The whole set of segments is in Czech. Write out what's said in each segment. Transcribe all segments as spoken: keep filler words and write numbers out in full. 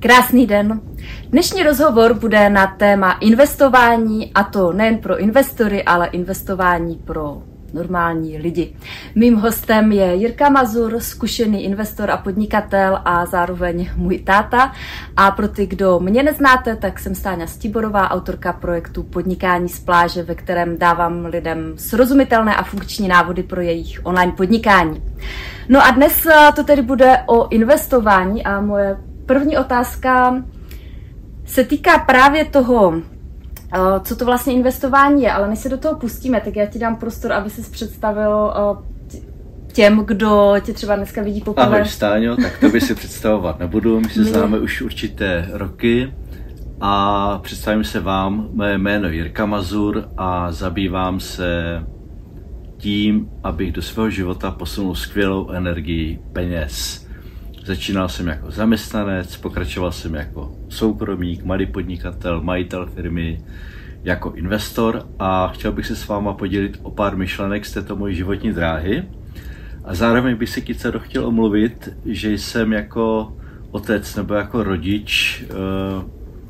Krásný den. Dnešní rozhovor bude na téma investování, a to nejen pro investory, ale investování pro normální lidi. Mým hostem je Jirka Mazur, zkušený investor a podnikatel a zároveň můj táta. A pro ty, kdo mě neznáte, tak jsem Stáňa Stiborová, autorka projektu Podnikání z pláže, ve kterém dávám lidem srozumitelné a funkční návody pro jejich online podnikání. No a dnes to tedy bude o investování a moje první otázka se týká právě toho, co to vlastně investování je, ale než se do toho pustíme, tak já ti dám prostor, aby ses představil těm, kdo tě třeba dneska vidí poprvé. Ahoj Stáňo, tak to by si představovat nebudu, my se známe už určité roky a představím se vám, moje jméno je Jirka Mazur a zabývám se tím, abych do svého života posunul skvělou energii peněz. Začínal jsem jako zaměstnanec, pokračoval jsem jako soukromník, malý podnikatel, majitel firmy, jako investor a chtěl bych se s váma podělit o pár myšlenek z této mojí životní dráhy. A zároveň bych se Kice chtěl omluvit, že jsem jako otec nebo jako rodič uh,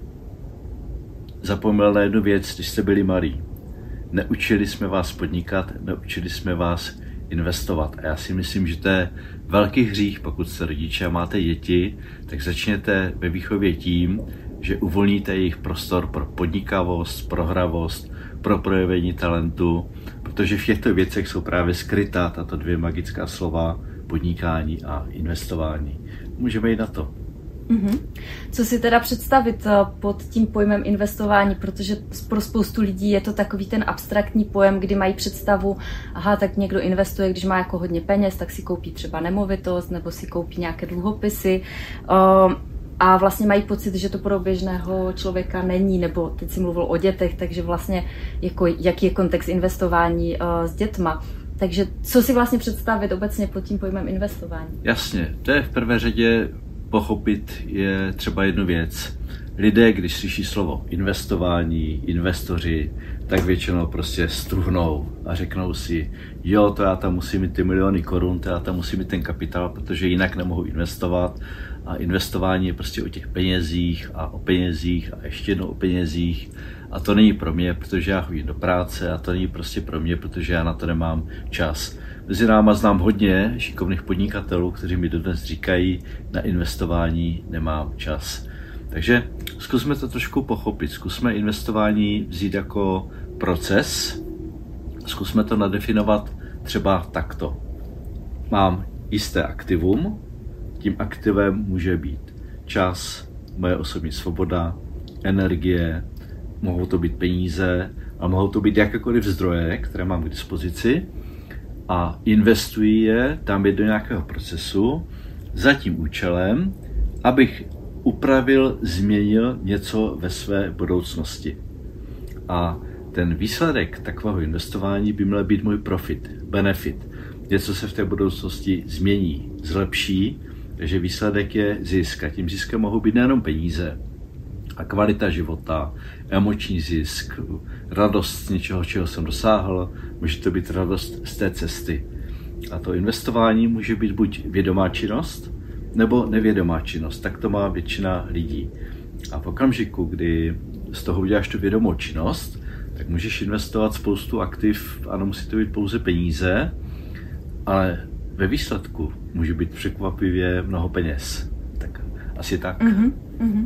zapomněl na jednu věc, když jste byli malí. Neučili jsme vás podnikat, neučili jsme vás investovat. A já si myslím, že to je velký hřích, pokud jste rodiče a máte děti, tak začněte ve výchově tím, že uvolníte jejich prostor pro podnikavost, pro hravost, pro projevení talentu, protože v těchto věcech jsou právě skrytá tato dvě magická slova podnikání a investování. Můžeme jít na to. Mm-hmm. Co si teda představit pod tím pojmem investování, protože pro spoustu lidí je to takový ten abstraktní pojem, kdy mají představu, aha, tak někdo investuje, když má jako hodně peněz, tak si koupí třeba nemovitost nebo si koupí nějaké dluhopisy a vlastně mají pocit, že to pro běžného člověka není, nebo teď si mluvil o dětech, takže vlastně jako, jaký je kontext investování s dětma. Takže co si vlastně představit obecně pod tím pojmem investování? Jasně, to je v prvé řadě pochopit je třeba jednu věc. Lidé, když slyší slovo investování, investoři, tak většinou prostě struhnou a řeknou si, jo, to já tam musím mít ty miliony korun, to já tam musím mít ten kapitál, protože jinak nemohu investovat. A investování je prostě o těch penězích a o penězích a ještě jednou o penězích. A to není pro mě, protože já chodím do práce a to není prostě pro mě, protože já na to nemám čas. Mezi náma znám hodně šikovných podnikatelů, kteří mi dodnes říkají, na investování nemám čas. Takže zkusme to trošku pochopit, zkusme investování vzít jako proces, zkusme to nadefinovat třeba takto. Mám jisté aktivum, tím aktivem může být čas, moje osobní svoboda, energie, mohou to být peníze a mohou to být jakékoliv zdroje, které mám k dispozici a investuji je tam je do nějakého procesu za tím účelem, abych upravil, změnil něco ve své budoucnosti. A ten výsledek takového investování by měl být můj profit, benefit. Něco se v té budoucnosti změní, zlepší, takže výsledek je zisk. A tím ziskem mohou být nejenom peníze a kvalita života, emoční zisk, radost z něčeho, čeho jsem dosáhl, může to být radost z té cesty. A to investování může být buď vědomá činnost, nebo nevědomá činnost. Tak to má většina lidí. A v okamžiku, kdy z toho uděláš tu vědomou činnost, tak můžeš investovat spoustu aktiv a nemusí to být pouze peníze, ale ve výsledku může být překvapivě mnoho peněz. Tak asi tak. Mm-hmm, mm-hmm.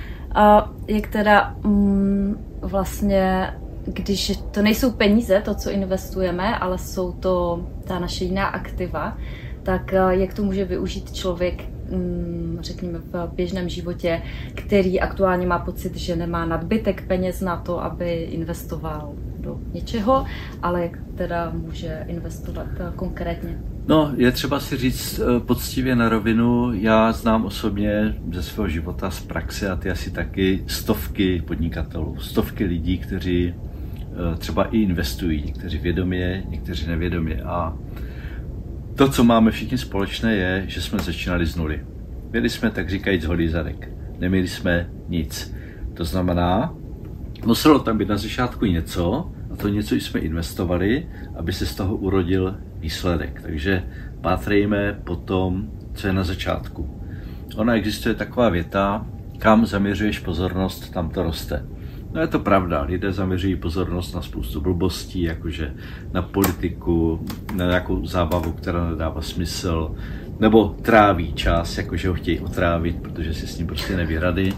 A jak teda mm, vlastně, když to nejsou peníze, to, co investujeme, ale jsou to ta naše jiná aktiva, tak jak to může využít člověk, mm, řekněme, v běžném životě, který aktuálně má pocit, že nemá nadbytek peněz na to, aby investoval do něčeho, ale jak teda může investovat konkrétně? No, je třeba si říct poctivě na rovinu, já znám osobně ze svého života, z praxe a ty asi taky stovky podnikatelů, stovky lidí, kteří třeba i investují, někteří vědomě, někteří nevědomě. A to, co máme všichni společné, je, že jsme začínali z nuly. Měli jsme, tak říkajíc, holý zadek. Neměli jsme nic. To znamená, muselo tam být na začátku něco, a to něco jsme investovali, aby se z toho urodil výsledek. Takže pátrejme po tom, co je na začátku. Ona existuje taková věta, kam zaměřuješ pozornost, tam to roste. No je to pravda, lidé zaměřují pozornost na spoustu blbostí, jakože na politiku, na nějakou zábavu, která nedává smysl, nebo tráví čas, jakože ho chtějí otrávit, protože si s ním prostě neví rady.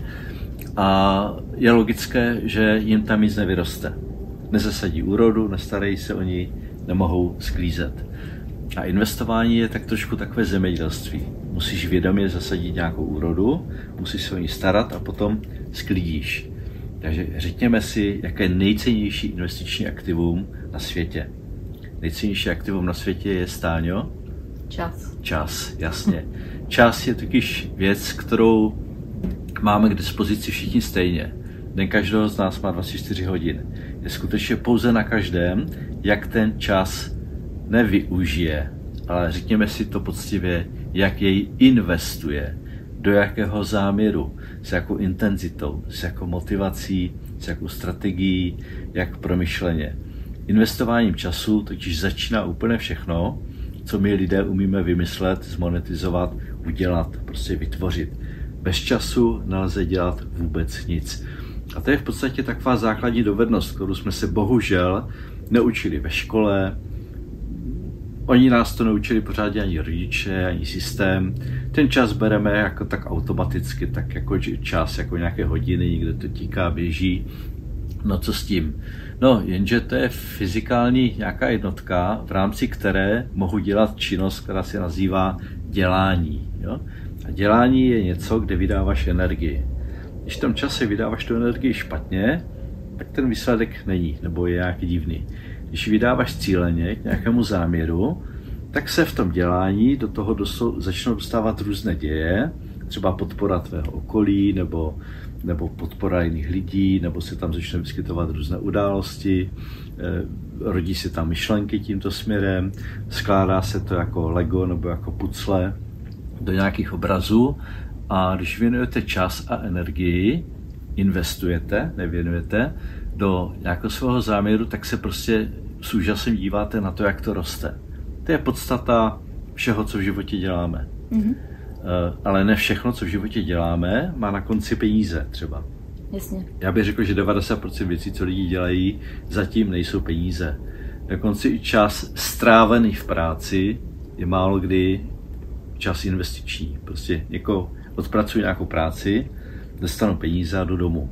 A je logické, že jim tam nic nevyroste. Nezasadí úrodu, nestarají se o ní, nemohou sklízet. A investování je tak trošku takové zemědělství. Musíš vědomě zasadit nějakou úrodu, musíš se o ní starat a potom sklidíš. Takže řekněme si, jaké je nejcennější investiční aktivum na světě. Nejcennější aktivum na světě je, Stáňo? Čas. Čas, jasně. Čas je totiž věc, kterou máme k dispozici všichni stejně. Den každého z nás má dvacet čtyři hodin. Je skutečně pouze na každém, jak ten čas nevyužije, ale řekněme si to poctivě, jak jej investuje, do jakého záměru, s jakou intenzitou, s jakou motivací, s jakou strategií, jak promyšleně. Investováním času totiž začíná úplně všechno, co my lidé umíme vymyslet, zmonetizovat, udělat, prostě vytvořit. Bez času nelze dělat vůbec nic. A to je v podstatě taková základní dovednost, kterou jsme se bohužel neučili ve škole. Oni nás to neučili pořádně ani rodiče, ani systém. Ten čas bereme jako tak automaticky, tak jako čas, jako nějaké hodiny, někde to tíká, běží. No co s tím? No, jenže to je fyzikální nějaká jednotka, v rámci které mohu dělat činnost, která se nazývá dělání. Jo? A dělání je něco, kde vydáváš energii. Když v tom čase vydáváš tu energii špatně, tak ten výsledek není, nebo je nějaký divný. Když vydáváš cíleně k nějakému záměru, tak se v tom dělání do toho dosou, začnou dostávat různé děje, třeba podpora tvého okolí, nebo, nebo podpora jiných lidí, nebo se tam začnou vyskytovat různé události, eh, rodí se tam myšlenky tímto směrem, skládá se to jako Lego nebo jako pucle do nějakých obrazů a když věnujete čas a energii, investujete, nevěnujete, do nějakého svého záměru, tak se prostě s úžasem díváte na to, jak to roste. To je podstata všeho, co v životě děláme. Mm-hmm. Ale ne všechno, co v životě děláme, má na konci peníze třeba. Jasně. Já bych řekl, že devadesát procent věcí, co lidi dělají, zatím nejsou peníze. Dokonce i čas strávený v práci je málo kdy čas investiční. Prostě jako odpracuji nějakou práci, dostanu peníze a jdu domů.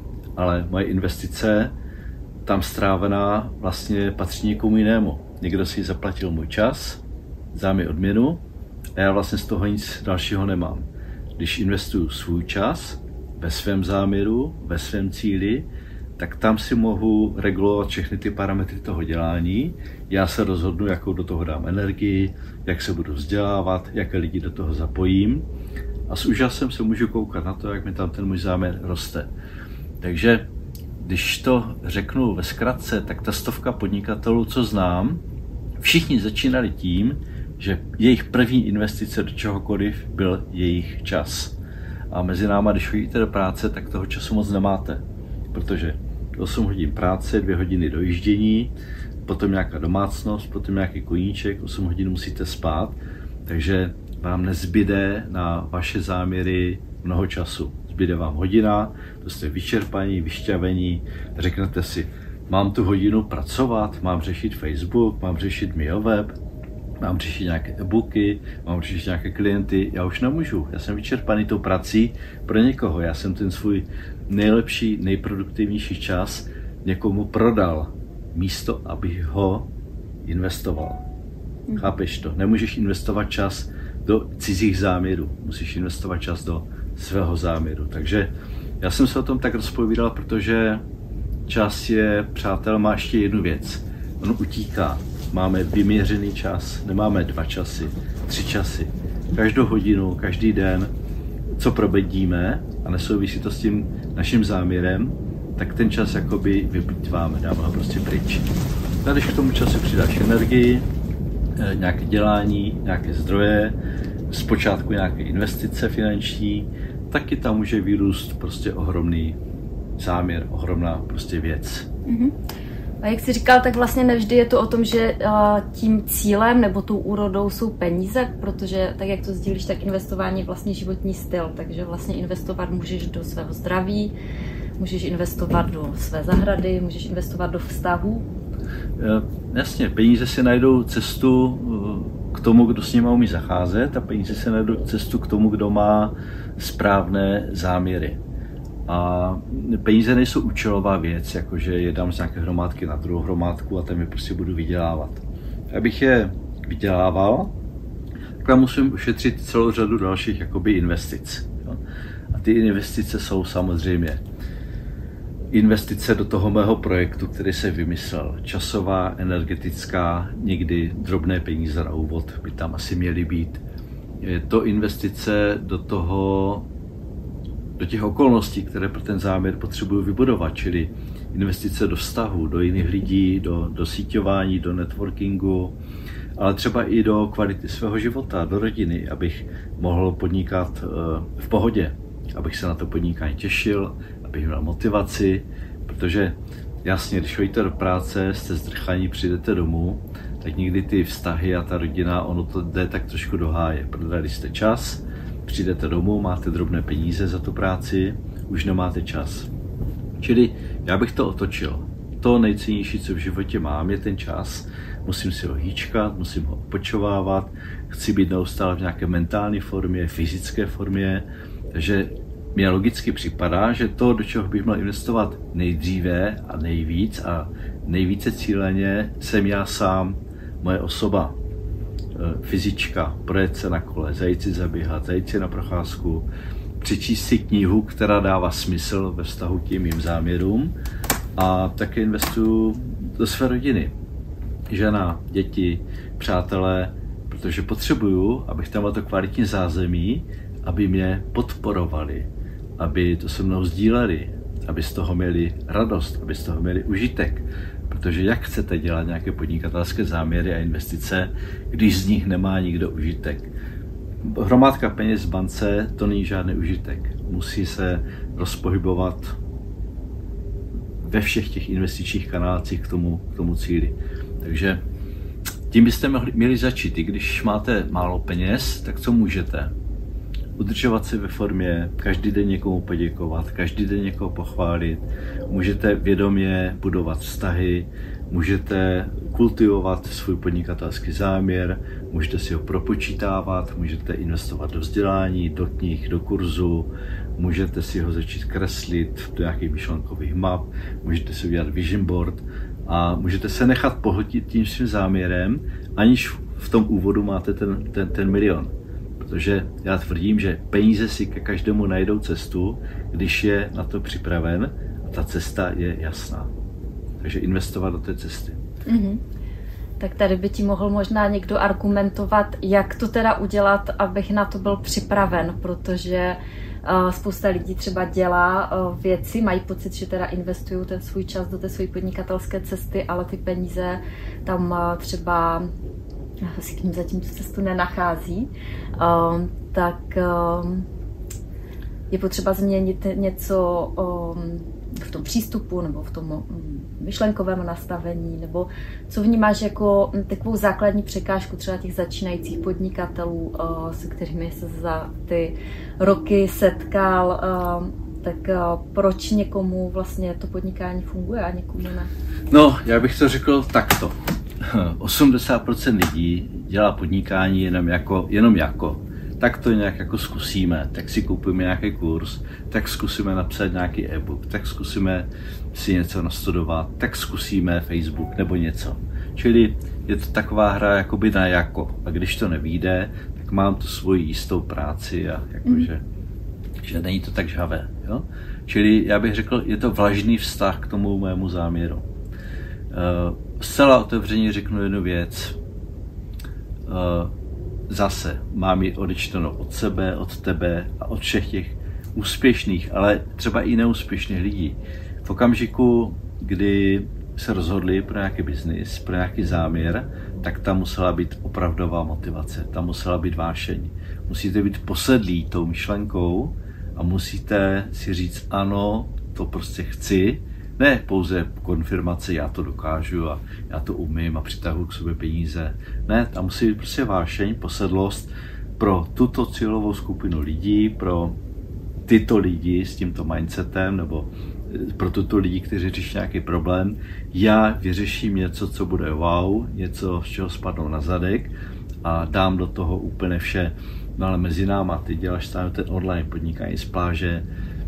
Ale moje investice tam strávená vlastně patří někomu jinému. Někdo si zaplatil můj čas, dá mi odměnu a já vlastně z toho nic dalšího nemám. Když investuju svůj čas ve svém záměru, ve svém cíli, tak tam si mohu regulovat všechny ty parametry toho dělání. Já se rozhodnu, jakou do toho dám energii, jak se budu vzdělávat, jaké lidi do toho zapojím. A s úžasem se můžu koukat na to, jak mi tam ten můj záměr roste. Takže když to řeknu ve zkratce, tak ta stovka podnikatelů, co znám, všichni začínali tím, že jejich první investice do čehokoliv byl jejich čas. A mezi náma, když chodíte do práce, tak toho času moc nemáte. Protože osm hodin práce, dvě hodiny dojíždění, potom nějaká domácnost, potom nějaký koníček, osm hodin musíte spát, takže vám nezbyde na vaše záměry mnoho času. Zbyde vám hodina, to jste vyčerpaní, vyšťavení, řeknete si, mám tu hodinu pracovat, mám řešit Facebook, mám řešit MioWeb, mám řešit nějaké e-booky, mám řešit nějaké klienty, já už nemůžu, já jsem vyčerpaný tou prací pro někoho, já jsem ten svůj nejlepší, nejproduktivnější čas někomu prodal, místo, abych ho investoval. Hmm. Chápeš to? Nemůžeš investovat čas do cizích záměrů, musíš investovat čas do svého záměru. Takže já jsem se o tom tak rozpovídal, protože čas je, přátel, má ještě jednu věc. On utíká. Máme vyměřený čas, nemáme dva časy, tři časy. Každou hodinu, každý den, co probedíme a nesouvisí to s tím naším záměrem, tak ten čas jakoby vyplýtváme, dáme ho prostě pryč. A když k tomu času přidáš energii, nějaké dělání, nějaké zdroje, zpočátku nějaké investice finanční, taky tam může vyrůst prostě ohromný záměr, ohromná prostě věc. Mm-hmm. A jak jsi říkal, tak vlastně nevždy je to o tom, že tím cílem nebo tou úrodou jsou peníze, protože tak, jak to sdílíš, tak investování je vlastně životní styl, takže vlastně investovat můžeš do svého zdraví, můžeš investovat do své zahrady, můžeš investovat do vztahů. Jasně, peníze si najdou cestu k tomu, kdo s nimi umí zacházet, a peníze si najdou cestu k tomu, kdo má správné záměry. A peníze nejsou účelová věc, jakože je dám z nějaké hromádky na druhou hromádku a tam je prostě budu vydělávat. Abych je vydělával, tak tam musím ušetřit celou řadu dalších jakoby investic. Jo? A ty investice jsou samozřejmě investice do toho mého projektu, který se vymyslel. Časová, energetická, někdy drobné peníze na úvod by tam asi měly být. Je to investice do toho, do těch okolností, které pro ten záměr potřebuji vybudovat, čili investice do vztahu, do jiných lidí, do, do síťování, do networkingu, ale třeba i do kvality svého života, do rodiny, abych mohl podnikat v pohodě, abych se na to podnikání těšil, abych měl motivaci, protože jasně, když chodíte do práce, jste zdrchaní, přijdete domů, tak někdy ty vztahy a ta rodina, ono to jde tak trošku do háje. Prodali jste čas, přijdete domů, máte drobné peníze za tu práci, už nemáte čas. Čili já bych to otočil. To nejcennější, co v životě mám, je ten čas. Musím si ho hýčkat, musím ho opočovávat, chci být neustále v nějaké mentální formě, fyzické formě, takže mně logicky připadá, že to, do čeho bych měl investovat nejdříve a nejvíc a nejvíce cíleně, jsem já sám, moje osoba. Fyzička, projet se na kole, zajít si zaběhat, zajít si na procházku, přečíst si knihu, která dává smysl ve vztahu k těm mým záměrům, a také investuju do své rodiny. Žena, děti, přátelé, protože potřebuju, abych tam měl to kvalitní zázemí, aby mě podporovali, aby to se mnou sdíleli, aby z toho měli radost, aby z toho měli užitek. Protože jak chcete dělat nějaké podnikatelské záměry a investice, když z nich nemá nikdo užitek? Hromádka peněz v bance, to není žádný užitek. Musí se rozpohybovat ve všech těch investičních kanálcích k tomu, k tomu cíli. Takže tím byste mohli, měli začít. I když máte málo peněz, tak co můžete? Udržovat se ve formě, každý den někomu poděkovat, každý den někoho pochválit, můžete vědomě budovat vztahy, můžete kultivovat svůj podnikatelský záměr, můžete si ho propočítávat, můžete investovat do vzdělání, do knih, do kurzu, můžete si ho začít kreslit do nějakých myšlenkových map, můžete si udělat vision board a můžete se nechat pohltit tím svým záměrem, aniž v tom úvodu máte ten, ten, ten milion. Protože já tvrdím, že peníze si ke každému najdou cestu, když je na to připraven a ta cesta je jasná. Takže investovat do té cesty. Mm-hmm. Tak tady by ti mohl možná někdo argumentovat, jak to teda udělat, abych na to byl připraven, protože uh, spousta lidí třeba dělá uh, věci, mají pocit, že teda investují ten svůj čas do té své podnikatelské cesty, ale ty peníze tam uh, třeba si k ním zatím tu cestu nenachází, um, tak um, je potřeba změnit něco um, v tom přístupu nebo v tom um, myšlenkovém nastavení, nebo co vnímáš jako takovou základní překážku třeba těch začínajících podnikatelů, uh, se kterými se za ty roky setkal, uh, tak uh, proč někomu vlastně to podnikání funguje a někomu ne? No, já bych to řekl takto. osmdesát procent lidí dělá podnikání jenom jako, jenom jako. Tak to nějak jako zkusíme, tak si koupíme nějaký kurz, tak zkusíme napsat nějaký e-book, tak zkusíme si něco nastudovat, tak zkusíme Facebook nebo něco. Čili je to taková hra jakoby na jako. A když to nevyjde, tak mám tu svoji jistou práci a jakože, mm. že není to tak žhavé. Jo? Čili já bych řekl, je to vlažný vztah k tomu mému záměru. Uh, zcela otevřeně řeknu jednu věc. Uh, zase mám ji odečtenou od sebe, od tebe a od všech těch úspěšných, ale třeba i neúspěšných lidí. V okamžiku, kdy se rozhodli pro nějaký biznis, pro nějaký záměr, tak tam musela být opravdová motivace, tam musela být vášeň. Musíte být posedlí tou myšlenkou a musíte si říct ano, to prostě chci, Ne pouze konfirmace, já to dokážu a já to umím a přitahuji k sobě peníze. Ne, tam musí být prostě vášeň, posedlost pro tuto cílovou skupinu lidí, pro tyto lidi s tímto mindsetem nebo pro tuto lidi, kteří řeší nějaký problém. Já vyřeším něco, co bude wow, něco, z čeho spadnou na zadek a dám do toho úplně vše. No ale mezi náma, ty děláš tam ten online podnikání z pláže.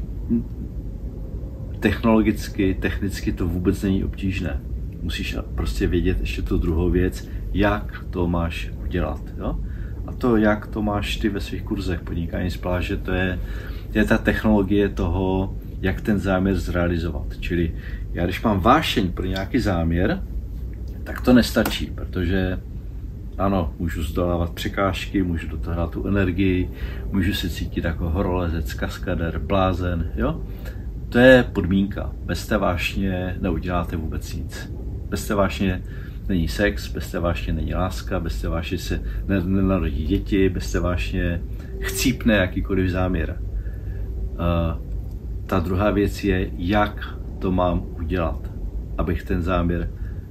Technologicky, technicky to vůbec není obtížné. Musíš prostě vědět ještě tu druhou věc, jak to máš udělat. Jo? A to, jak to máš ty ve svých kurzech podnikání z pláže, to je, to je ta technologie toho, jak ten záměr zrealizovat. Čili já když mám vášeň pro nějaký záměr, tak to nestačí, protože ano, můžu zdolávat překážky, můžu do toho dát tu energii, můžu se cítit jako horolezec, kaskader, blázen, jo? To je podmínka. Bez té vášně neuděláte vůbec nic. Bez té vášně není sex, bez té vášně není láska, bez té vášně se nenarodí děti, bez té vášně chcípne jakýkoliv záměr. Uh, ta druhá věc je, jak to mám udělat, abych ten záměr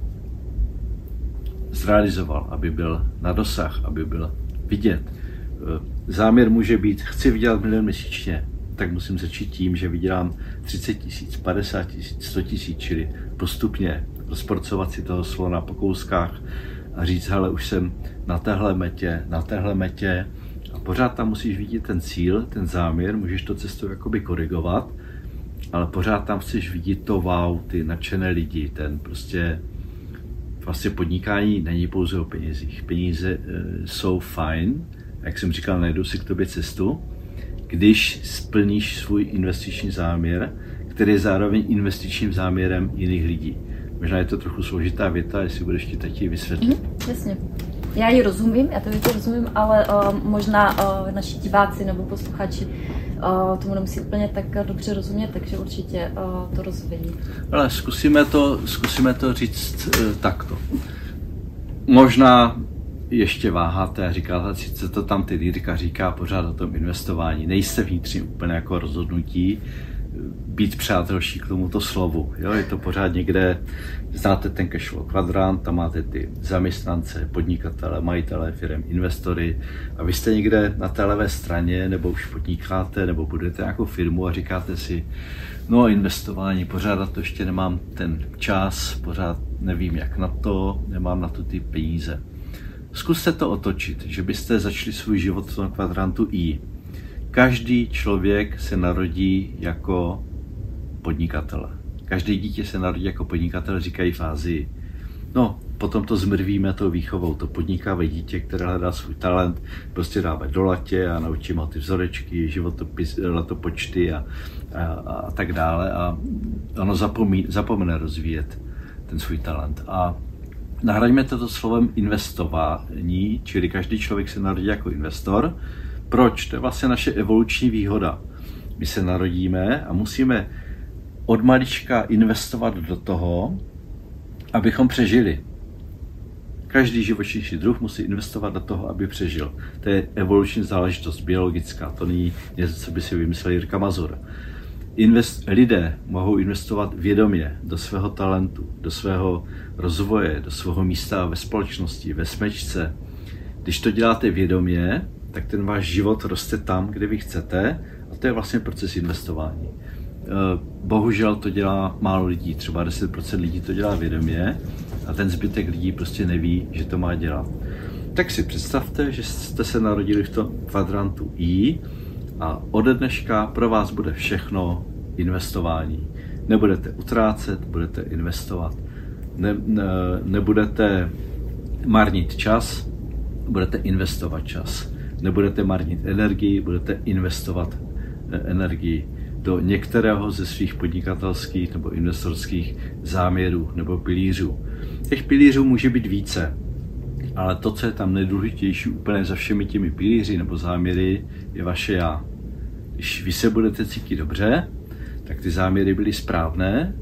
zrealizoval, aby byl na dosah, aby byl vidět. Záměr může být, chci vydělat milion měsíčně, tak musím začít tím, že vydělám třicet tisíc, padesát tisíc, sto tisíc, čili postupně rozporcovat si toho slona po kouskách a říct, hele, už jsem na téhle metě, na téhle metě a pořád tam musíš vidět ten cíl, ten záměr, můžeš to cestou jakoby korigovat, ale pořád tam chceš vidět to wow, ty nadšené lidi, ten prostě vlastně podnikání není pouze o penězích. Peníze e, jsou fajn, jak jsem říkal, najdu si k tobě cestu, když splníš svůj investiční záměr, který je zároveň investičním záměrem jiných lidí. Možná je to trochu složitá věta, jestli budeš ti teď vysvětlit. Mm, jasně. Já ji rozumím, já to větě rozumím, ale uh, možná uh, naši diváci nebo posluchači uh, tomu nemusí úplně tak dobře rozumět, takže určitě uh, to rozvíjí. Ale zkusíme to, zkusíme to říct uh, takto. Možná ještě váháte a říkáte, sice to tam ty Jirka říká pořád o tom investování. Nejste vnitřně úplně jako rozhodnutí být přátelší k tomuto slovu. Jo? Je to pořád někde, znáte ten cashflow kvadrant, tam máte ty zaměstnance, podnikatele, majitele firem, investory a vy jste někde na té levé straně, nebo už podnikáte, nebo budete nějakou firmu a říkáte si, no investování, pořád na to ještě nemám ten čas, pořád nevím jak na to, nemám na to ty peníze. Zkuste to otočit, že byste začali svůj život v tom kvadrantu I. Každý člověk se narodí jako podnikatel. Každé dítě se narodí jako podnikatel, říkají v Ázii. No, potom to zmrvíme tou výchovou. To podnikavé dítě, které hledá svůj talent, prostě dáme do latě a naučíme ho ty vzorečky, životopis, letopočty a, a, a tak dále. A ono zapomí, zapomene rozvíjet ten svůj talent. A nahraďme toto slovem investování, čili každý člověk se narodí jako investor. Proč? To je vlastně naše evoluční výhoda. My se narodíme a musíme od malička investovat do toho, abychom přežili. Každý živočišný druh musí investovat do toho, aby přežil. To je evoluční záležitost, biologická. To není něco, co by si vymyslel Jirka Mazur. Invest, lidé mohou investovat vědomě do svého talentu, do svého rozvoje, do svého místa ve společnosti, ve smečce. Když to děláte vědomě, tak ten váš život roste tam, kde vy chcete a to je vlastně proces investování. Bohužel to dělá málo lidí, třeba deset procent lidí to dělá vědomě a ten zbytek lidí prostě neví, že to má dělat. Tak si představte, že jste se narodili v tom kvadrantu I a ode dneška pro vás bude všechno investování. Nebudete utrácet, budete investovat. Ne, ne, nebudete marnit čas, budete investovat čas. Nebudete marnit energii, budete investovat energii do některého ze svých podnikatelských nebo investorských záměrů nebo pilířů. Těch pilířů může být více, ale to, co je tam nejdůležitější úplně za všemi těmi pilíři nebo záměry, je vaše já. Když vy se budete cítit dobře, tak ty záměry byly správné,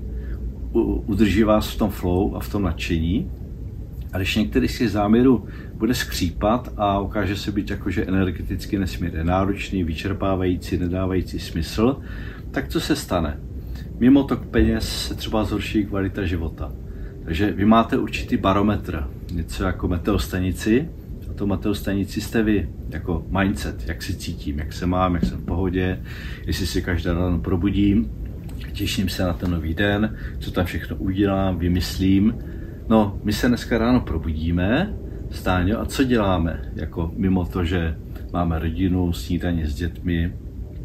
udrží vás v tom flow a v tom nadšení. A když některý z těch záměrů bude skřípat a ukáže se být jakože energeticky nesmírně náročný, vyčerpávající, nedávající smysl, tak co se stane? mimo tok peněz se třeba zhorší kvalita života. Takže vy máte určitý barometr, něco jako meteostanici, a to meteostanici jste vy, jako mindset, jak si cítím, jak se mám, jak jsem v pohodě, jestli si každý ráno probudím, těším se na ten nový den, co tam všechno udělám, vymyslím. No, my se dneska ráno probudíme, Stáňo, a co děláme? Jako mimo to, že máme rodinu, snídaně s dětmi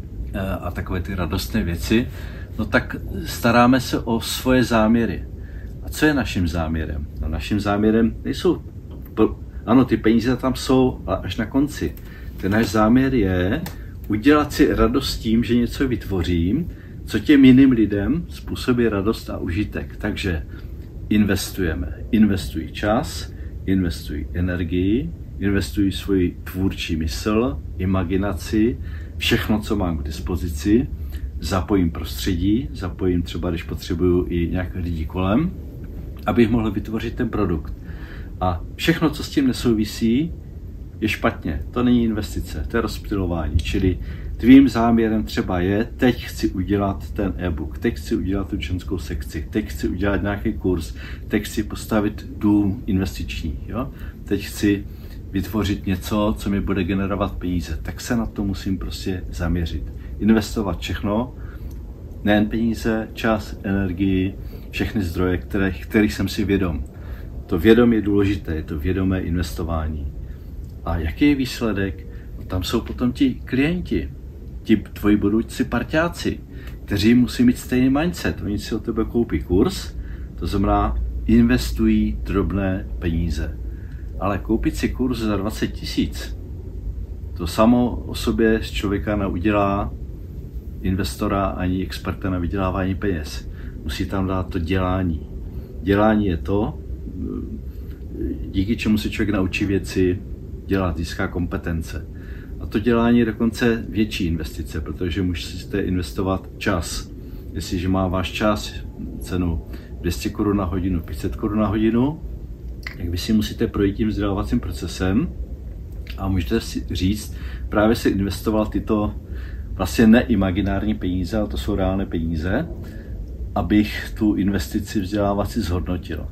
a takové ty radostné věci, no tak staráme se o svoje záměry. A co je naším záměrem? No, naším záměrem nejsou, ano, ty peníze tam jsou, ale až na konci. Ten náš záměr je udělat si radost tím, že něco vytvořím, co těm jiným lidem způsobí radost a užitek. Takže investujeme. Investují čas, investují energii, investují svoji tvůrčí mysl, imaginaci, všechno, co mám k dispozici, zapojím prostředí, zapojím třeba, když potřebuju i nějaké lidi kolem, abych mohl vytvořit ten produkt. A všechno, co s tím nesouvisí, je špatně. To není investice, to je rozptylování. Čili tvým záměrem třeba je, teď chci udělat ten e-book, teď chci udělat tu členskou sekci, teď chci udělat nějaký kurz, teď chci postavit dům investiční, jo? Teď chci vytvořit něco, co mi bude generovat peníze. Tak se na to musím prostě zaměřit. Investovat všechno, nejen peníze, čas, energii, všechny zdroje, které, kterých jsem si vědom. To vědomí je důležité, je to vědomé investování. A jaký je výsledek? No, tam jsou potom ti klienti, ti tvoji budoucí parťáci, kteří musí mít stejný mindset. Oni si od tebe koupí kurz, to znamená investují drobné peníze. Ale koupit si kurz za dvacet tisíc, to samo o sobě z člověka neudělá investora ani experta na vydělávání peněz. Musí tam dát to dělání. Dělání je to, díky čemu se člověk naučí věci dělat, získá kompetence. A to dělání je dokonce větší investice, protože musíte investovat čas. Jestliže má váš čas cenu dvě stě korun na hodinu, pět set korun na hodinu, tak vy si musíte projít tím vzdělávacím procesem a můžete si říct, právě si investoval tyto vlastně neimaginární peníze, ale to jsou reálné peníze, abych tu investici vzdělávací zhodnotil.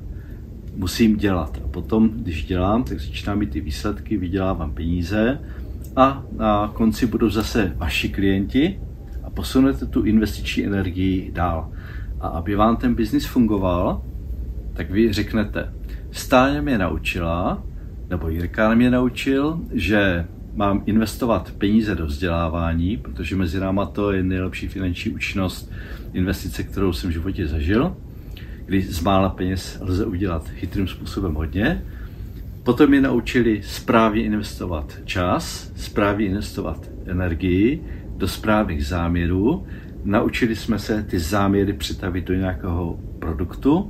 Musím dělat. A potom, když dělám, tak začínám mít ty výsledky, vydělávám peníze a na konci budou zase vaši klienti a posunete tu investiční energii dál. A aby vám ten biznis fungoval, tak vy řeknete, Stáňa mě naučila, nebo Jirka mě naučil, že mám investovat peníze do vzdělávání, protože mezi náma to je nejlepší finanční účinnost investice, kterou jsem v životě zažil, kdy z mála peněz lze udělat chytrým způsobem hodně. Potom mě naučili správně investovat čas, správně investovat energii do správných záměrů. Naučili jsme se ty záměry přetavit do nějakého produktu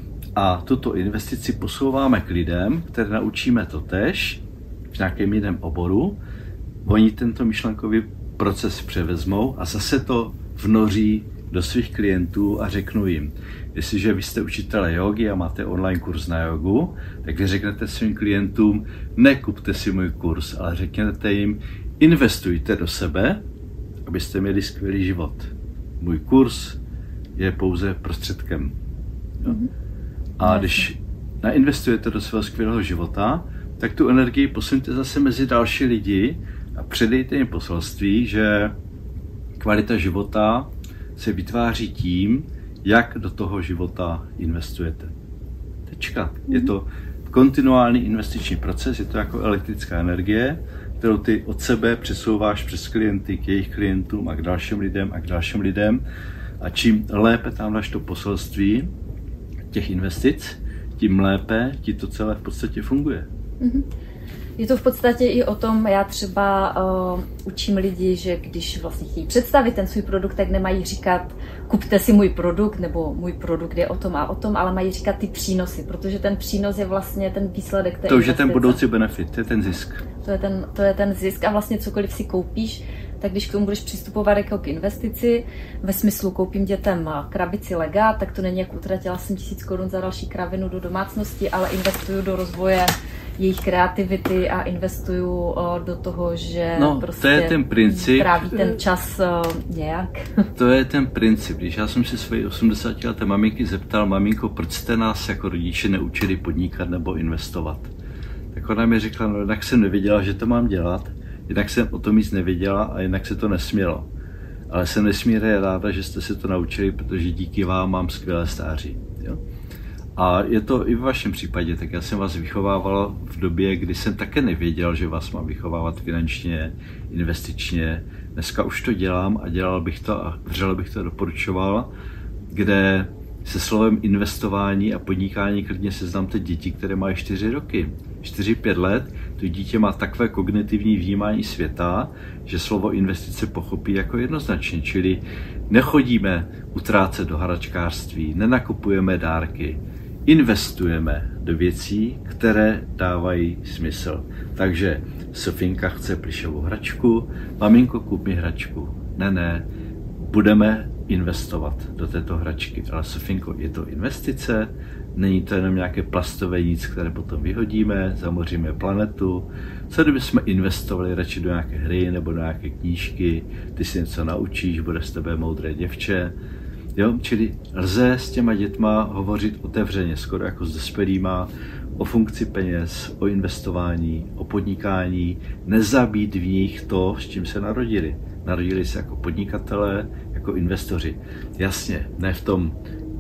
a tuto investici posouváme k lidem, které naučíme totéž v nějakém jiném oboru. Oni tento myšlenkový proces převezmou a zase to vnoří do svých klientů a řeknu jim, jestliže vy jste učitelé jógy a máte online kurz na jogu, tak vy řeknete svým klientům, nekupte si můj kurz, ale řekněte jim, investujte do sebe, abyste měli skvělý život. Můj kurz je pouze prostředkem. Mm-hmm. A když nainvestujete do svého skvělého života, tak tu energii posuňte zase mezi další lidi a předejte jim poselství, že kvalita života se vytváří tím, jak do toho života investujete. Tečka. Je to kontinuální investiční proces, je to jako elektrická energie, kterou ty od sebe přesouváš přes klienty k jejich klientům a k dalším lidem a k dalším lidem. A čím lépe tam dáš to poselství těch investic, tím lépe ti to celé v podstatě funguje. Mm-hmm. Je to v podstatě i o tom, já třeba uh, učím lidi, že když vlastně chtějí představit ten svůj produkt, tak nemají říkat, kupte si můj produkt, nebo můj produkt je o tom a o tom, ale mají říkat ty přínosy, protože ten přínos je vlastně ten výsledek té To už je ten budoucí benefit, to je ten zisk. To je ten, to je ten zisk a vlastně cokoliv si koupíš, tak když k tomu budeš přistupovat jako k investici, ve smyslu koupím dětem krabici lega, tak to není jak utratila jsem tisíc korun za další kravinu do domácnosti, ale investuju do rozvoje jejich kreativity a investuju do toho, že no, prostě to je ten princip, tráví ten čas nějak. To je ten princip. Když já jsem si svojí osmdesátileté maminky zeptal, maminko, proč jste nás jako rodiče neučili podnikat nebo investovat? Tak ona mi řekla, no jednak jsem nevěděla, že to mám dělat, jednak jsem o tom nic nevěděla a jinak se to nesmělo. Ale jsem nesmírně ráda, že jste se to naučili, protože díky vám mám skvělé stáří. Jo? A je to i v vašem případě, tak já jsem vás vychovával v době, kdy jsem také nevěděl, že vás mám vychovávat finančně, investičně. Dneska už to dělám a dělal bych to a vřele bych to doporučoval, kde se slovem investování a podnikání klidně seznamte děti, které mají čtyři roky. čtyři pět let, to dítě má takové kognitivní vnímání světa, že slovo investice pochopí jako jednoznačně, čili nechodíme utrácet do hračkářství, nenakupujeme dárky, investujeme do věcí, které dávají smysl. Takže Sofinka chce plyšovou hračku, maminko, kup mi hračku. Ne, ne, budeme investovat do této hračky. Ale Sofinko, je to investice? Není to jenom nějaké plastové nic, které potom vyhodíme, zamoříme planetu. Co kdyby jsme investovali radši do nějaké hry nebo do nějaké knížky, ty si něco naučíš, bude z tebe moudré děvče. Jo? Čili lze s těma dětma hovořit otevřeně, skoro jako s dospělýma, o funkci peněz, o investování, o podnikání, nezabít v nich to, s čím se narodili. Narodili se jako podnikatelé, jako investoři. Jasně, ne v tom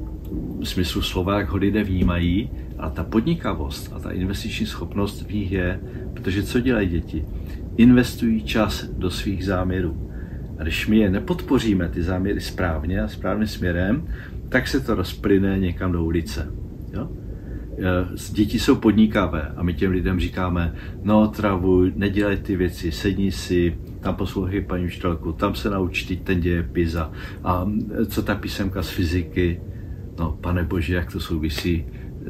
smyslu slova, jak ho lidé vnímají, ale ta podnikavost a ta investiční schopnost v nich je, protože co dělají děti? Investují čas do svých záměrů. A když my je nepodpoříme, ty záměry správně a správným směrem, tak se to rozplyne někam do ulice. Jo? Děti jsou podnikavé a my těm lidem říkáme, no travuj, nedělej ty věci, sedni si, tam poslouchej paní učitelku, tam se nauč teď ten dějepis a, a co ta písemka z fyziky. No, pane bože, jak to souvisí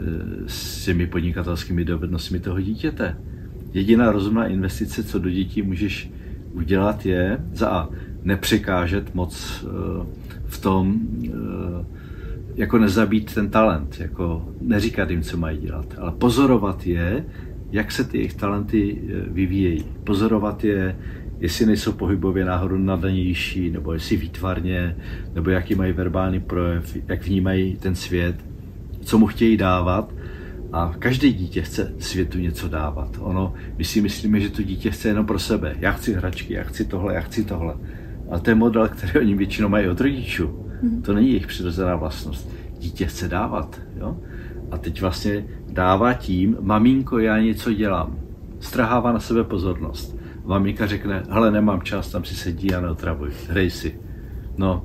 s těmi podnikatelskými dovednostmi toho dítěte. Jediná rozumná investice, co do dětí můžeš udělat, je za a nepřekážet moc v tom, jako nezabít ten talent, jako neříkat jim, co mají dělat, ale pozorovat je, jak se ty jejich talenty vyvíjejí. Pozorovat je, jestli nejsou pohybově náhodou nadanější, nebo jestli výtvarně, nebo jaký mají verbální projev, jak vnímají ten svět, co mu chtějí dávat. A každé dítě chce světu něco dávat. Ono, my si myslíme, že to dítě chce jenom pro sebe. Já chci hračky, já chci tohle, já chci tohle. Ale to je model, který oni většinou mají od rodičů. To není jejich přirozená vlastnost. Dítě chce dávat. Jo? A teď vlastně dává tím, maminko, já něco dělám. Strhává na sebe pozornost. Maminka řekne, hele, nemám čas, tam si sedí a neotravuj, hrej si. No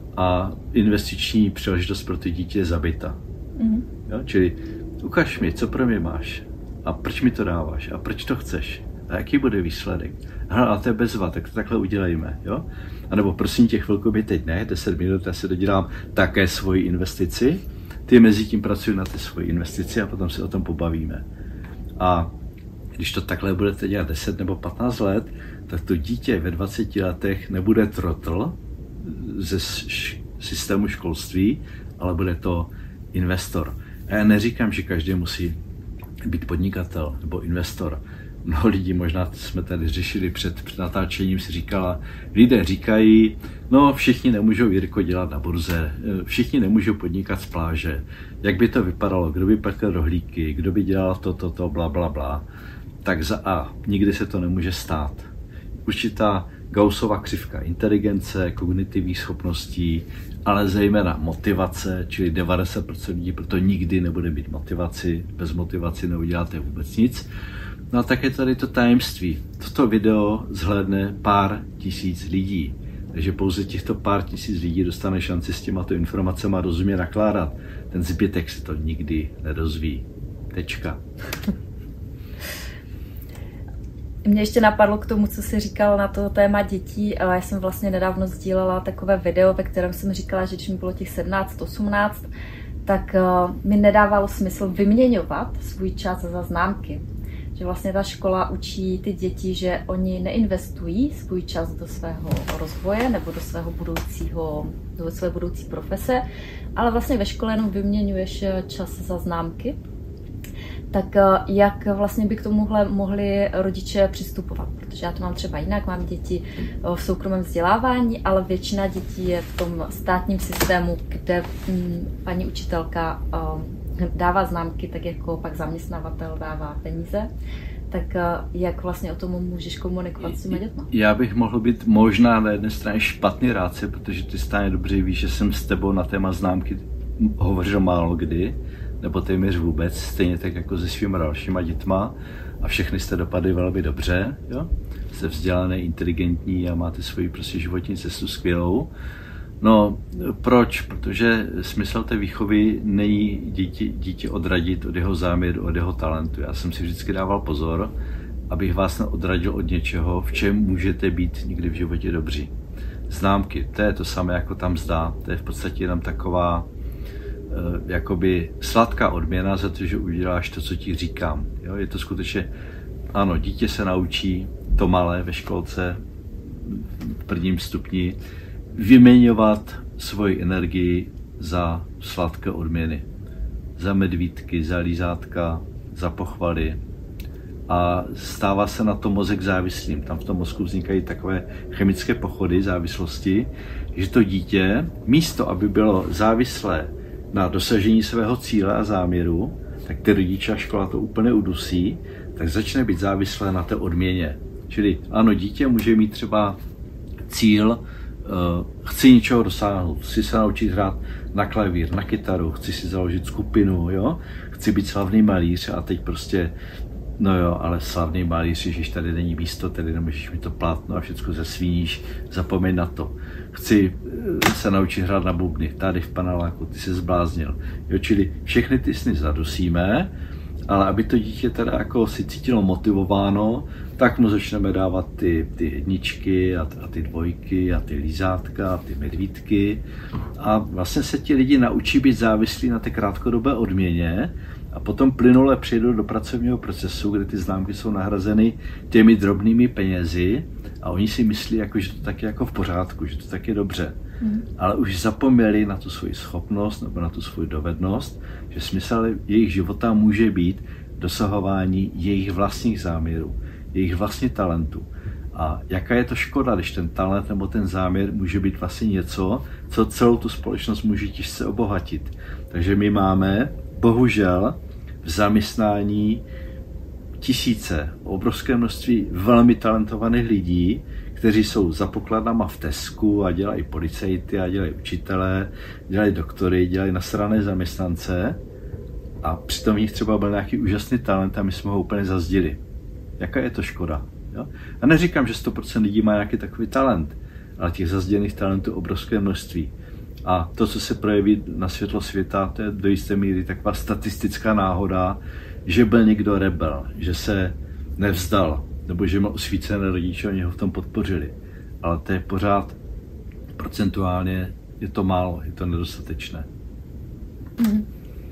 a investiční příležitost pro ty dítě je zabita. Mm. Jo? Čili ukaž mi, co pro mě máš a proč mi to dáváš a proč to chceš a jaký bude výsledek. Aha, a to je bezva, tak to takhle udělejme. Jo? A nebo prosím tě, chvilku mi teď ne, deset minut, já si dodělám také svoji investici, ty mezi tím pracuji na té svoji investici a potom se o tom pobavíme. A když to takhle budete dělat deset nebo patnáct let, tak to dítě ve dvaceti letech nebude trotl ze systému školství, ale bude to investor. A já neříkám, že každý musí být podnikatel nebo investor. Mnoho lidí, možná jsme tady řešili před, před natáčením, si říkala, lidé říkají, no všichni nemůžou, Jirko, dělat na burze, všichni nemůžou podnikat z pláže. Jak by to vypadalo, kdo by pekl rohlíky, kdo by dělal to, to, to, bla, bla, bla. Tak za A, nikdy se to nemůže stát. Určitá Gaussova křivka inteligence, kognitivních schopností, ale zejména motivace, čili devadesát procent lidí proto nikdy nebude mít motivaci, bez motivaci neuděláte vůbec nic. No a tak je tady to tajemství. Toto video zhlédne pár tisíc lidí, takže pouze těchto pár tisíc lidí dostane šanci s těmato informacemi rozumně nakládat. Ten zbytek se to nikdy nedozví. Tečka. Mě ještě napadlo k tomu, co jsi říkal na to téma dětí. Já jsem vlastně nedávno sdílela takové video, ve kterém jsem říkala, že když mi bylo těch sedmnáct osmnáct, tak mi nedávalo smysl vyměňovat svůj čas za známky. Že vlastně ta škola učí ty děti, že oni neinvestují svůj čas do svého rozvoje nebo do svého budoucího, do své budoucí profese, ale vlastně ve škole jenom vyměňuješ čas za známky. tak jak vlastně by k tomuhle mohli rodiče přistupovat? Protože já to mám třeba jinak, mám děti v soukromém vzdělávání, ale většina dětí je v tom státním systému, kde paní učitelka dává známky, tak jako pak zaměstnavatel dává peníze. Tak jak vlastně o tom můžeš komunikovat s těma dětma? Já bych mohl být možná na jedné straně špatný rádce, protože ty stále dobře víš, že jsem s tebou na téma známky hovořil málo kdy, nebo téměř vůbec, stejně tak jako se svýma dalšíma dětma a všechny jste dopadli velmi dobře, jo? Jste vzdělané, inteligentní a máte svoji prostě životní cestu skvělou. No, proč? Protože smysl té výchovy není dítě, dítě odradit od jeho záměru, od jeho talentu. Já jsem si vždycky dával pozor, abych vás neodradil od něčeho, v čem můžete být někdy v životě dobří. Známky, to je to samé jako tam mzda, to je v podstatě jenom taková eh, jakoby sladká odměna za to, že uděláš to, co ti říkám. Jo? Je to skutečně, ano, dítě se naučí to malé ve školce v prvním stupni vyměňovat svoji energii za sladké odměny. Za medvídky, za lízátka, za pochvaly. A stává se na to mozek závislým. Tam v tom mozku vznikají takové chemické pochody, závislosti, že to dítě, místo aby bylo závislé na dosažení svého cíle a záměru, tak ty rodiče a škola to úplně udusí, tak začne být závislé na té odměně. Čili ano, dítě může mít třeba cíl, Uh, chci něčeho dosáhnout, chci se naučit hrát na klavír, na kytaru, chci si založit skupinu, jo? Chci být slavný malíř a teď prostě, no jo, ale slavný malíř, ježiš, tady není místo, tady nemůžeš mi to plátno a všechno zesvíníš, zapomeň na to. Chci se naučit hrát na bubny, tady v paneláku, ty se zbláznil. Jo, čili všechny ty sny zadusíme, ale aby to dítě teda jako si cítilo motivováno, tak mu začneme dávat ty, ty jedničky a, a ty dvojky a ty lízátka a ty medvídky a vlastně se ti lidi naučí být závislí na té krátkodobé odměně a potom plynule přijdou do pracovního procesu, kde ty známky jsou nahrazeny těmi drobnými penězi a oni si myslí, jako, že to tak je jako v pořádku, že to tak je dobře. Mm. Ale už zapomněli na tu svoji schopnost nebo na tu svoji dovednost, že smysl jejich života může být dosahování jejich vlastních záměrů, jejich vlastní talentu. A jaká je to škoda, když ten talent nebo ten záměr může být vlastně něco, co celou tu společnost může těžce obohatit. Takže my máme, bohužel, v zaměstnání tisíce, obrovské množství velmi talentovaných lidí, kteří jsou za pokladnama v Tesku a dělají policajty a dělají učitele, dělají doktory, dělají nasrané zaměstnance a přitom v nich třeba byl nějaký úžasný talent a my jsme ho úplně zazdili. Jaká je to škoda? Jo? A neříkám, že sto procent lidí má nějaký takový talent, ale těch zazděných talentů obrovské množství. A to, co se projeví na světlo světa, to je do jisté míry taková statistická náhoda, že byl někdo rebel, že se nevzdal, nebo že měl osvícené rodiče, oni ho v tom podpořili. Ale to je pořád procentuálně, je to málo, je to nedostatečné. Mm.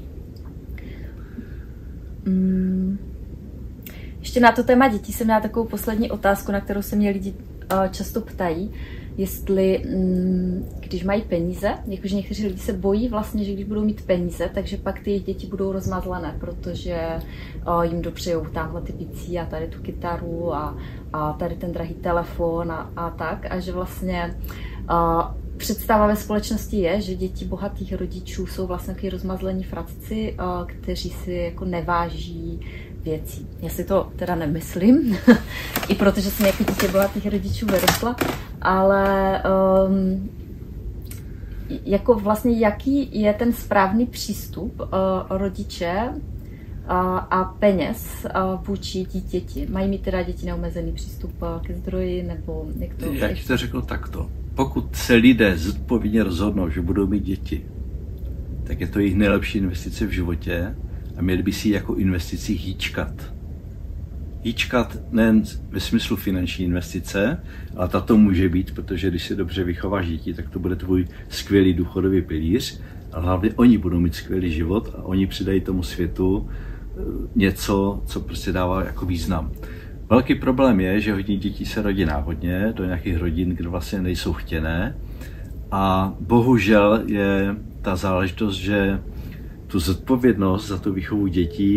Mm. Ještě na to téma dětí jsem měla takovou poslední otázku, na kterou se mě lidi často ptají, jestli, když mají peníze, jakože někteří lidi se bojí vlastně, že když budou mít peníze, takže pak ty jejich děti budou rozmazlené, protože jim dopřejou tamhle ty bicí a tady tu kytaru a, a tady ten drahý telefon a, a tak, a že vlastně a, představa ve společnosti je, že děti bohatých rodičů jsou vlastně takový rozmazlení fracci, a, kteří si jako neváží věcí. Já si to teda nemyslím, i protože jsem jako dítě bohatých rodičů vyrostla, ale um, jako vlastně jaký je ten správný přístup uh, rodiče uh, a peněz uh, vůči dítěti? Mají mít teda děti neomezený přístup uh, ke zdroji, nebo jak to? Já ti to řekl takto. Pokud se lidé zodpovědně rozhodnou, že budou mít děti, tak je to jejich nejlepší investice v životě, a měli by si jako investici hýčkat. Hýčkat nejen ve smyslu finanční investice, ale tato může být, protože když si dobře vychováš děti, tak to bude tvůj skvělý důchodový pilíř, ale hlavně oni budou mít skvělý život a oni přidají tomu světu něco, co prostě dává jako význam. Velký problém je, že hodně dětí se rodí náhodně, do nějakých rodin, kde vlastně nejsou chtěné a bohužel je ta záležitost, že tu zodpovědnost za tu výchovu dětí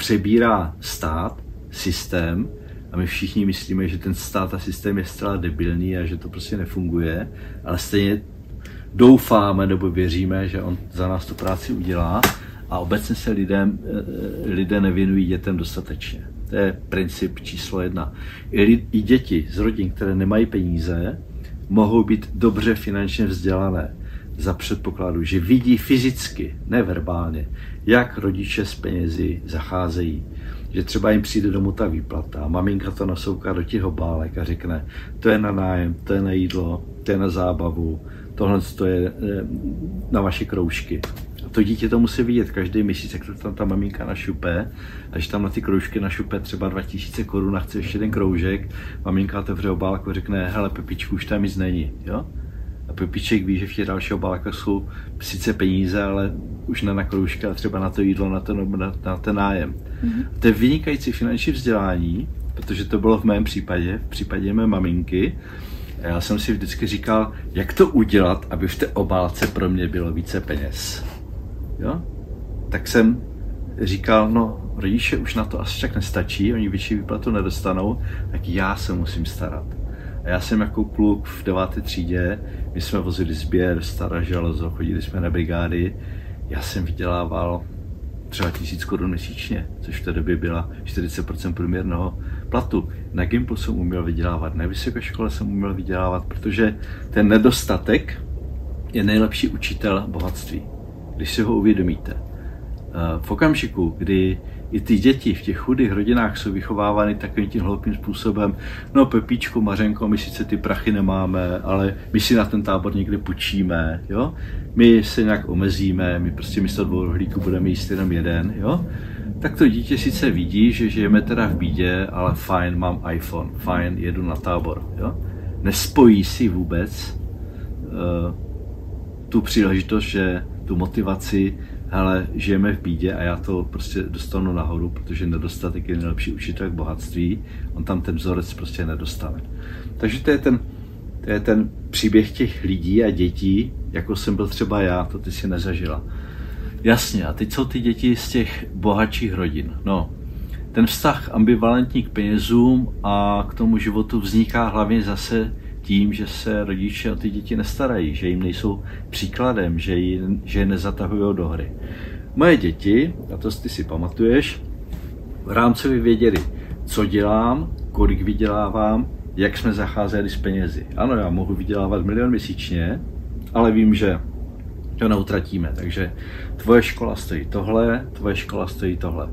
přebírá stát, systém, a my všichni myslíme, že ten stát a systém je zcela debilní a že to prostě nefunguje, ale stejně doufáme nebo věříme, že on za nás tu práci udělá a obecně se lidem, lidé nevěnují dětem dostatečně. To je princip číslo jedna. I, I děti z rodin, které nemají peníze, mohou být dobře finančně vzdělané za předpokladu, že vidí fyzicky, neverbálně, jak rodiče s penězi zacházejí. Že třeba jim přijde domů ta výplata, maminka to nasouká do těch obálek a řekne, to je na nájem, to je na jídlo, to je na zábavu, tohle to je na vaše kroužky. A to dítě to musí vidět každý měsíc, jak to tam ta maminka našupe, a když tam na ty kroužky našupe třeba dva tisíce korun a chce ještě jeden kroužek, maminka otevře obálku a řekne, hele Pepičku, už tam nic není, jo? A Pepiček ví, že v těch dalších obálkách jsou sice peníze, ale už ne na kroužky, ale třeba na to jídlo, na ten, na, na ten nájem. Mm-hmm. To je vynikající finanční vzdělání, protože to bylo v mém případě, v případě mé maminky. A já jsem si vždycky říkal, jak to udělat, aby v té obálce pro mě bylo více peněz. Jo? Tak jsem říkal, no rodiče už na to asi tak nestačí, oni větší výplatu nedostanou, tak já se musím starat. A já jsem jako kluk v deváté třídě, my jsme vozili sběr, staré železo, chodili jsme na brigády, já jsem vydělával třeba tisíc korun měsíčně, což v té době byla čtyřicet procent průměrného platu. Na Gimplu jsem uměl vydělávat, na vysoké škole jsem uměl vydělávat, protože ten nedostatek je nejlepší učitel bohatství, když si ho uvědomíte. V okamžiku, kdy i ty děti v těch chudých rodinách jsou vychovávány takovým tím hloupým způsobem, no Pepíčku, Mařenko, my sice ty prachy nemáme, ale my si na ten tábor někde půjčíme, jo? My se nějak omezíme, my prostě místo dvou rohlíků budeme jíst jenom jeden, jo? Tak to dítě sice vidí, že žijeme teda v bídě, ale fajn, mám iPhone, fajn, jedu na tábor, jo? Nespojí si vůbec uh, tu příležitost, že tu motivaci, ale žijeme v bídě a já to prostě dostanu nahoru, protože nedostatek je nejlepší učitel k bohatství, on tam ten vzorec prostě nedostane. Takže to je ten, to je ten příběh těch lidí a dětí, jako jsem byl třeba já, to ty si nezažila. Jasně, a teď jsou ty děti z těch bohatších rodin. No, ten vztah ambivalentní k penězům a k tomu životu vzniká hlavně zase tím, že se rodiče o ty děti nestarají, že jim nejsou příkladem, že, ji, že je nezatahují do hry. Moje děti, a to ty si pamatuješ, v rámcově věděli, co dělám, kolik vydělávám, jak jsme zacházeli s penězi. Ano, já mohu vydělávat milion měsíčně, ale vím, že to neutratíme, takže tvoje škola stojí tohle, tvoje škola stojí tohle.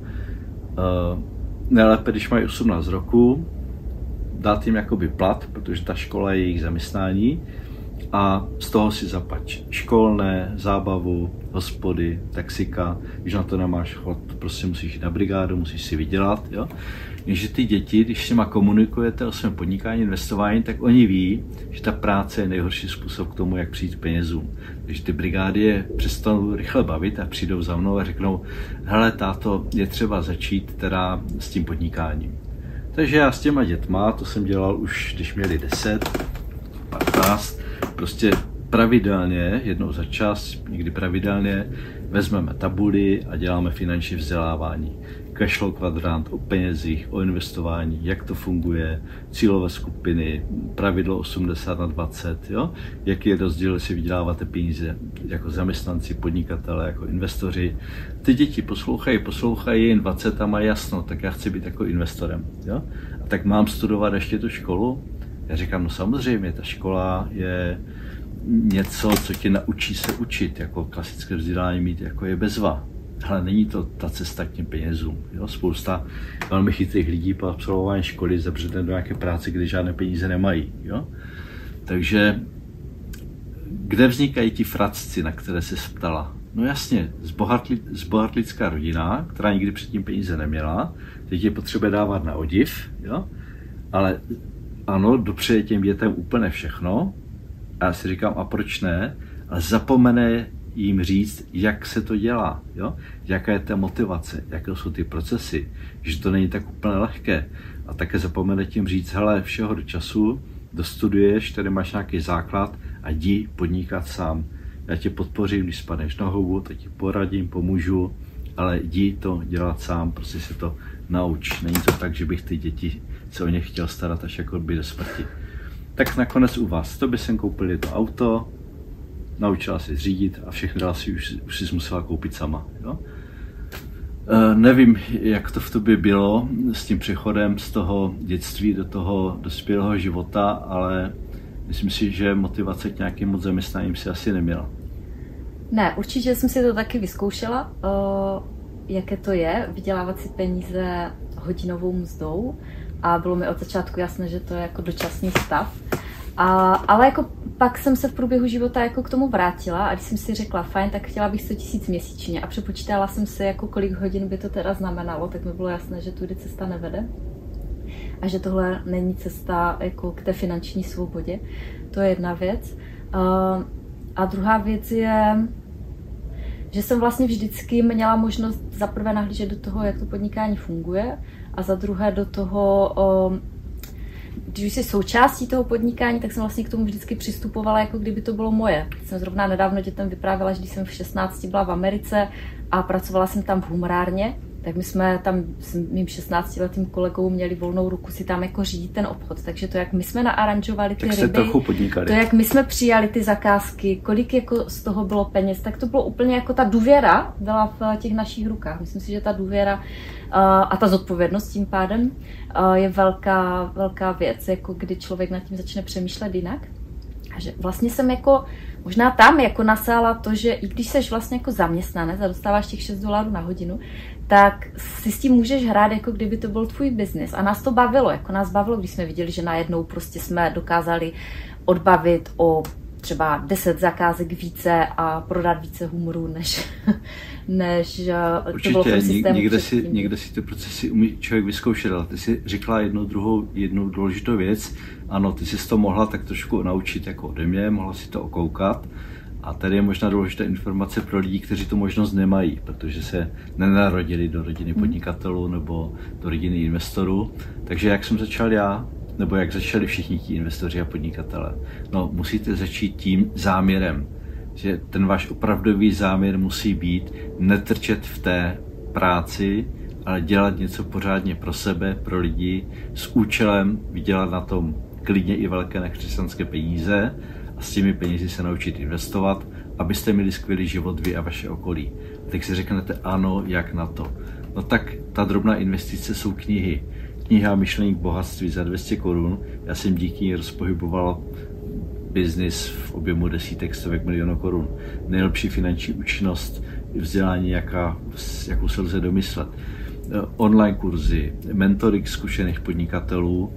Uh, nejlépe, když mají osmnáct roku, dát jim jakoby plat, protože ta škola je jejich zaměstnání a z toho si zaplať školné, zábavu, hospody, taxika, když na to nemáš chod, prostě musíš jít na brigádu, musíš si vydělat, jo. Jenže ty děti, když s nima komunikujete o svém podnikání, investování, tak oni ví, že ta práce je nejhorší způsob k tomu, jak přijít k penězům. Takže ty brigády je přestanou rychle bavit a přijdou za mnou a řeknou, hele táto, je třeba začít teda s tím podnikáním. Takže já s těma dětma, to jsem dělal už, když měli deset, patnáct, prostě pravidelně, jednou za čas, někdy pravidelně, vezmeme tabuli a děláme finanční vzdělávání. Cashflow kvadrant, o penězích, o investování, jak to funguje, cílové skupiny, pravidlo osmdesát na dvacet, jo? Jaký je rozdíl, jestli vyděláváte peníze jako zaměstnanci, podnikatelé, jako investoři. Ty děti poslouchají, poslouchají, jen dvacet a mají jasno, tak já chci být jako investorem. Jo? A tak mám studovat ještě tu školu? Já říkám, no samozřejmě, ta škola je něco, co tě naučí se učit, jako klasické vzdělání mít, jako je bezva. Ale není to ta cesta k těm penězům. Jo? Spousta velmi chytrých lidí po absolvování školy zabředne do nějaké práce, kde žádné peníze nemají. Jo? Takže kde vznikají ti fracci, na které se ptala? No jasně, zbohatli, zbohatlická rodina, která nikdy předtím peníze neměla, teď je potřeba dávat na odiv, jo? Ale ano, dopřeje těm dětem úplně všechno. A já si říkám, a proč ne? Ale zapomene jim říct, jak se to dělá, jo? Jaká je ta motivace, jaké jsou ty procesy, že to není tak úplně lehké. A také zapomene tím říct, hele, všeho do času, dostuduješ, tady máš nějaký základ a jdi podnikat sám. Já tě podpořím, když spadneš na houbu, tak ti poradím, pomůžu, ale jdi to dělat sám, prostě se to nauč. Není to tak, že bych ty děti se o ně chtěl starat až jako by do smrti. Tak nakonec u vás, to by jsem koupil to auto, naučila si řídit a všechny další už, už si musela koupit sama. Jo? E, nevím, jak to v tobě bylo s tím přechodem z toho dětství do toho dospělého života, ale myslím si, že motivace k nějakým moc zaměstnáním si asi neměla. Ne, určitě jsem si to taky vyzkoušela, o, jaké to je, vydělávat si peníze hodinovou mzdou a bylo mi od začátku jasné, že to je jako dočasný stav. A, ale jako pak jsem se v průběhu života jako k tomu vrátila a když jsem si řekla, fajn, tak chtěla bych sto tisíc měsíčně a přepočítala jsem si, jako kolik hodin by to teda znamenalo, tak mi bylo jasné, že tudy cesta nevede a že tohle není cesta jako k té finanční svobodě. To je jedna věc. Uh, a druhá věc je, že jsem vlastně vždycky měla možnost za prvé nahlížet do toho, jak to podnikání funguje a za druhé do toho, uh, když jsi součástí toho podnikání, tak jsem vlastně k tomu vždycky přistupovala, jako kdyby to bylo moje. Jsem zrovna nedávno dětem vyprávěla, že když jsem v šestnácti byla v Americe a pracovala jsem tam v humorárně, tak my jsme tam s mým šestnáctiletým kolegou měli volnou ruku si tam jako řídit ten obchod. Takže to, jak my jsme naaranžovali ty tak ryby, trochu podnikali. To, jak my jsme přijali ty zakázky, kolik jako z toho bylo peněz, tak to bylo úplně jako ta důvěra byla v těch našich rukách. Myslím si, že ta důvěra uh, a ta zodpovědnost tím pádem uh, je velká, velká věc, jako kdy člověk nad tím začne přemýšlet jinak. A že vlastně jsem jako možná tam jako nasála to, že i když seš vlastně jako zaměstnanec a dostáváš těch šest dolarů na hodinu, tak si s tím můžeš hrát, jako kdyby to byl tvůj biznis. A nás to bavilo, jako nás bavilo, když jsme viděli, že najednou prostě jsme dokázali odbavit o třeba deset zakázek více a prodat více humoru, než, než určitě, to bylo v tom systému. Někde si, někde si ty procesy umí člověk vyzkoušet, ale ty si řekla jednu druhou, jednu důležitou věc. Ano, ty jsi to mohla tak trošku naučit jako ode mě, mohla si to okoukat. A tady je možná důležitá informace pro lidi, kteří tu možnost nemají, protože se nenarodili do rodiny podnikatelů nebo do rodiny investorů. Takže jak jsem začal já, nebo jak začali všichni ti investoři a podnikatelé? No, musíte začít tím záměrem, že ten váš opravdový záměr musí být netrčet v té práci, ale dělat něco pořádně pro sebe, pro lidi, s účelem vydělat na tom klidně i velké nekřesťanské peníze a s těmi penězi se naučit investovat, abyste měli skvělý život vy a vaše okolí. A tak si řeknete ano, jak na to. No tak ta drobná investice jsou knihy. Kniha Myšlení k bohatství za dvě stě korun. Já jsem díky ní rozpohyboval biznis v objemu desítek, stovek milionů korun. Nejlepší finanční účinnost, vzdělání, jaká, jakou se lze domyslet. Online kurzy, mentoring zkušených podnikatelů,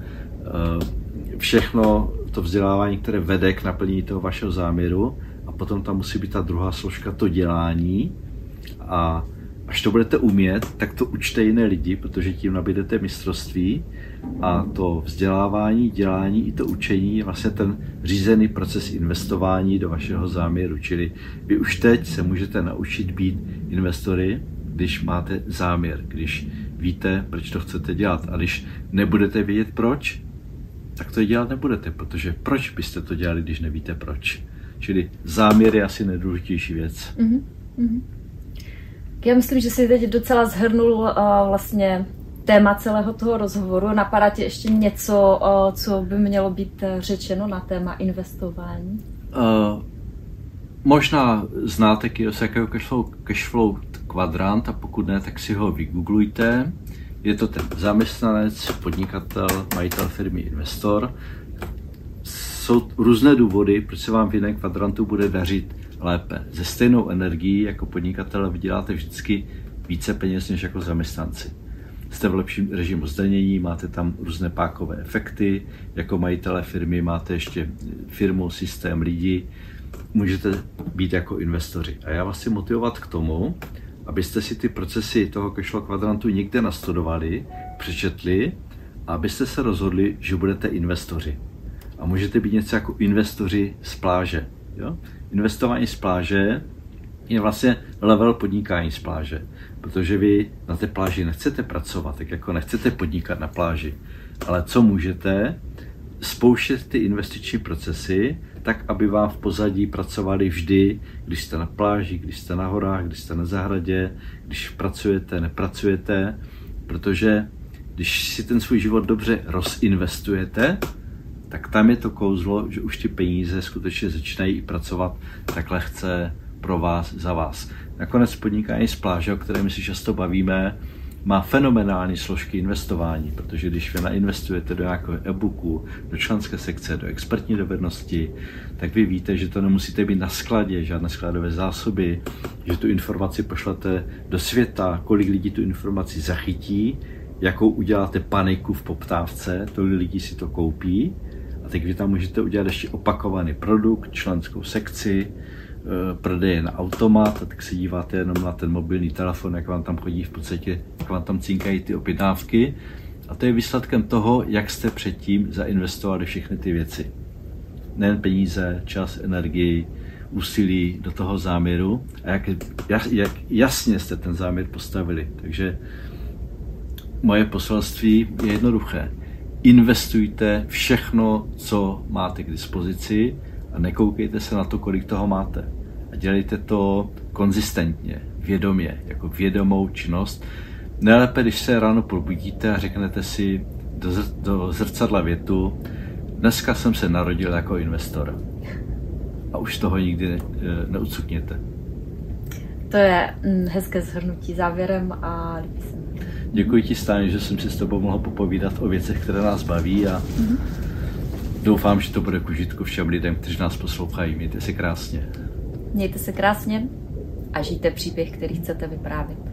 všechno to vzdělávání, které vede k naplnění toho vašeho záměru, a potom tam musí být ta druhá složka, to dělání, a až to budete umět, tak to učte jiné lidi, protože tím nabídete mistrovství, a to vzdělávání, dělání i to učení je vlastně ten řízený proces investování do vašeho záměru. Čili vy už teď se můžete naučit být investory, když máte záměr, když víte, proč to chcete dělat, a když nebudete vědět proč, tak to dělat nebudete, protože proč byste to dělali, když nevíte proč. Čili záměr je asi nejdůležitější věc. Mm-hmm. Já myslím, že si teď docela zhrnul uh, vlastně téma celého toho rozhovoru. Napadá ti ještě něco, uh, co by mělo být řečeno na téma investování? Uh, možná znáte Kiyosakého cashflow, cashflow kvadrant, a pokud ne, tak si ho vygooglujte. Je to ten zaměstnanec, podnikatel, majitel firmy, investor. Jsou různé důvody, proč se vám v jiném kvadrantu bude dařit lépe. Ze stejnou energií jako podnikatel vyděláte vždycky více peněz než jako zaměstnanci. Jste v lepším režimu zdanění, máte tam různé pákové efekty, jako majitele firmy máte ještě firmu, systém, lidi, můžete být jako investoři. A já vás chci motivovat k tomu, abyste si ty procesy toho cashflow kvadrantu někde nastudovali, přečetli, a abyste se rozhodli, že budete investoři. A můžete být něco jako investoři z pláže. Jo? Investování z pláže je vlastně level podnikání z pláže, protože vy na té pláži nechcete pracovat, tak jako nechcete podnikat na pláži, ale co můžete, spouštět ty investiční procesy tak, aby vám v pozadí pracovali vždy, když jste na pláži, když jste na horách, když jste na zahradě, když pracujete, nepracujete, protože když si ten svůj život dobře rozinvestujete, tak tam je to kouzlo, že už ty peníze skutečně začínají pracovat tak lehce pro vás, za vás. Nakonec podnikání z pláže, o kterém my si často bavíme, má fenomenální složky investování, protože když vy nainvestujete do nějakého e-booku, do členské sekce, do expertní dovednosti, tak vy víte, že to nemusíte být na skladě, žádné skladové zásoby, že tu informaci pošlete do světa, kolik lidí tu informaci zachytí, jakou uděláte paniku v poptávce, tolik lidí si to koupí a teď vy tam můžete udělat ještě opakovaný produkt, členskou sekci, prodeje na automat a tak se díváte jenom na ten mobilní telefon, jak vám tam chodí v podstatě, jak vám tam cinkají ty objednávky a to je výsledkem toho, jak jste předtím zainvestovali všechny ty věci. Nejen peníze, čas, energii, úsilí do toho záměru a jak, jak jasně jste ten záměr postavili. Takže moje poselství je jednoduché. Investujte všechno, co máte k dispozici a nekoukejte se na to, kolik toho máte. A dělejte to konzistentně, vědomě, jako vědomou činnost. Nejlépe, když se ráno probudíte a řeknete si do, zr- do zrcadla větu: dneska jsem se narodil jako investor. A už toho nikdy ne, neucukněte. To je hezké shrnutí závěrem a líbí se mi. Děkuji ti, Stáni, že jsem si s tebou mohl popovídat o věcech, které nás baví a mm-hmm. doufám, že to bude k užitku všem lidem, kteří nás poslouchají. Mějte se krásně. Mějte se krásně a žijte příběh, který chcete vyprávět.